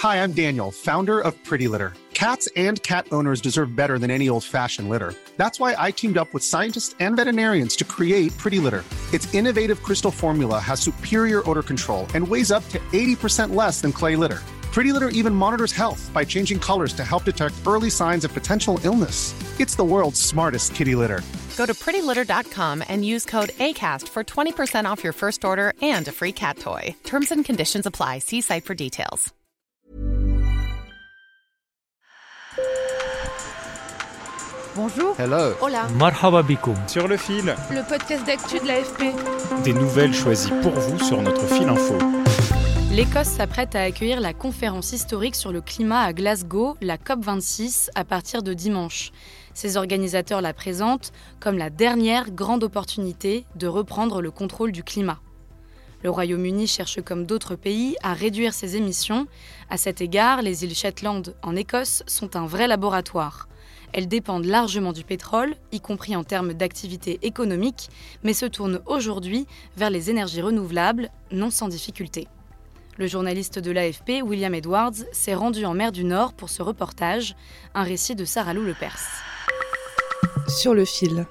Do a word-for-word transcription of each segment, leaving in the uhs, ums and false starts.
Hi, I'm Daniel, founder of Pretty Litter. Cats and cat owners deserve better than any old-fashioned litter. That's why I teamed up with scientists and veterinarians to create Pretty Litter. Its innovative crystal formula has superior odor control and weighs up to eighty percent less than clay litter. Pretty Litter even monitors health by changing colors to help detect early signs of potential illness. It's the world's smartest kitty litter. Go to pretty litter dot com and use code ACAST for twenty percent off your first order and a free cat toy. Terms and conditions apply. See site for details. Bonjour. Hello. Hola. Marhaba bikoum. Sur le fil. Le podcast d'actu de l'A F P. Des nouvelles choisies pour vous sur notre fil info. L'Écosse s'apprête à accueillir la conférence historique sur le climat à Glasgow, la COP vingt-six, à partir de dimanche. Ses organisateurs la présentent comme la dernière grande opportunité de reprendre le contrôle du climat. Le Royaume-Uni cherche comme d'autres pays à réduire ses émissions. À cet égard, les îles Shetland en Écosse sont un vrai laboratoire. Elles dépendent largement du pétrole, y compris en termes d'activité économique, mais se tournent aujourd'hui vers les énergies renouvelables, non sans difficulté. Le journaliste de l'A F P, William Edwards, s'est rendu en mer du Nord pour ce reportage, un récit de Sarah Lou Lepers. Sur le fil.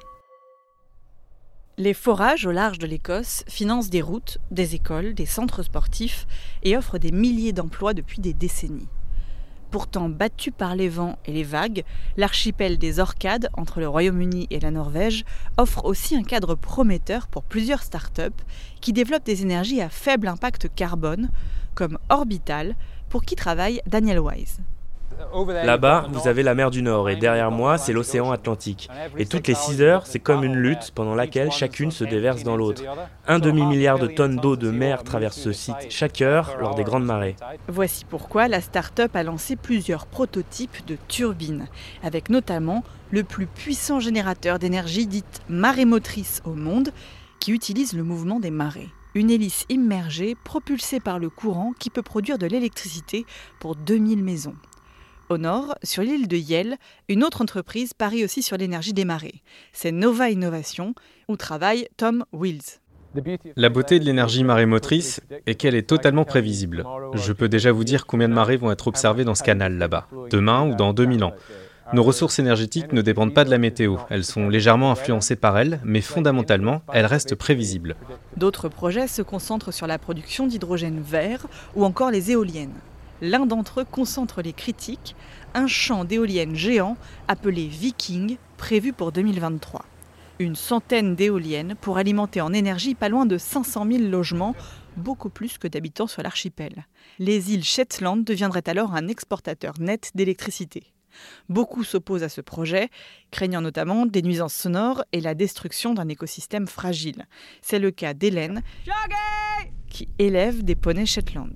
Les forages au large de l'Écosse financent des routes, des écoles, des centres sportifs et offrent des milliers d'emplois depuis des décennies. Pourtant battu par les vents et les vagues, l'archipel des Orcades, entre le Royaume-Uni et la Norvège, offre aussi un cadre prometteur pour plusieurs start-up qui développent des énergies à faible impact carbone, comme Orbital, pour qui travaille Daniel Wise. Là-bas, vous avez la mer du Nord et derrière moi, c'est l'océan Atlantique. Et toutes les six heures, c'est comme une lutte pendant laquelle chacune se déverse dans l'autre. Un demi-milliard de tonnes d'eau de mer traversent ce site chaque heure lors des grandes marées. Voici pourquoi la start-up a lancé plusieurs prototypes de turbines, avec notamment le plus puissant générateur d'énergie dite marémotrice au monde, qui utilise le mouvement des marées. Une hélice immergée propulsée par le courant qui peut produire de l'électricité pour deux mille maisons. Au nord, sur l'île de Yell, une autre entreprise parie aussi sur l'énergie des marées. C'est Nova Innovation, où travaille Tom Wills. La beauté de l'énergie marémotrice est qu'elle est totalement prévisible. Je peux déjà vous dire combien de marées vont être observées dans ce canal là-bas, demain ou dans deux mille ans. Nos ressources énergétiques ne dépendent pas de la météo. Elles sont légèrement influencées par elle, mais fondamentalement, elles restent prévisibles. D'autres projets se concentrent sur la production d'hydrogène vert ou encore les éoliennes. L'un d'entre eux concentre les critiques, un champ d'éoliennes géant appelé Viking, prévu pour deux mille vingt-trois. Une centaine d'éoliennes pour alimenter en énergie pas loin de cinq cent mille logements, beaucoup plus que d'habitants sur l'archipel. Les îles Shetland deviendraient alors un exportateur net d'électricité. Beaucoup s'opposent à ce projet, craignant notamment des nuisances sonores et la destruction d'un écosystème fragile. C'est le cas d'Hélène, qui élève des poneys Shetland.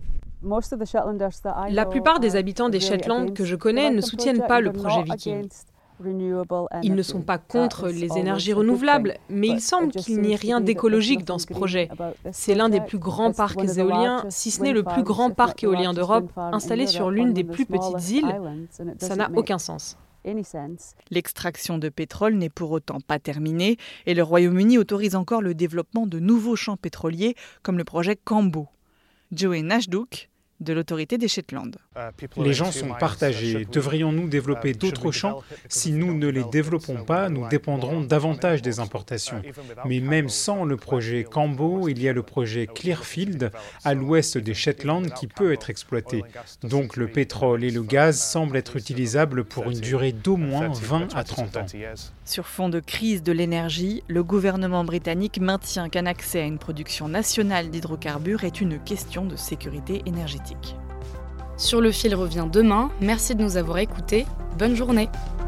La plupart des habitants des Shetland que je connais ne soutiennent pas le projet Viking. Ils ne sont pas contre les énergies renouvelables, mais il semble qu'il n'y ait rien d'écologique dans ce projet. C'est l'un des plus grands parcs éoliens, si ce n'est le plus grand parc éolien d'Europe, installé sur l'une des plus petites îles. Ça n'a aucun sens. L'extraction de pétrole n'est pour autant pas terminée et le Royaume-Uni autorise encore le développement de nouveaux champs pétroliers comme le projet Cambo. Joey Nashdook, de l'autorité des Shetland. Les gens sont partagés. Devrions-nous développer d'autres champs ? Si nous ne les développons pas, nous dépendrons davantage des importations. Mais même sans le projet Cambo, il y a le projet Clearfield à l'ouest des Shetland qui peut être exploité. Donc le pétrole et le gaz semblent être utilisables pour une durée d'au moins vingt à trente ans. Sur fond de crise de l'énergie, le gouvernement britannique maintient qu'un accès à une production nationale d'hydrocarbures est une question de sécurité énergétique. Sur le fil revient demain. Merci de nous avoir écoutés. Bonne journée.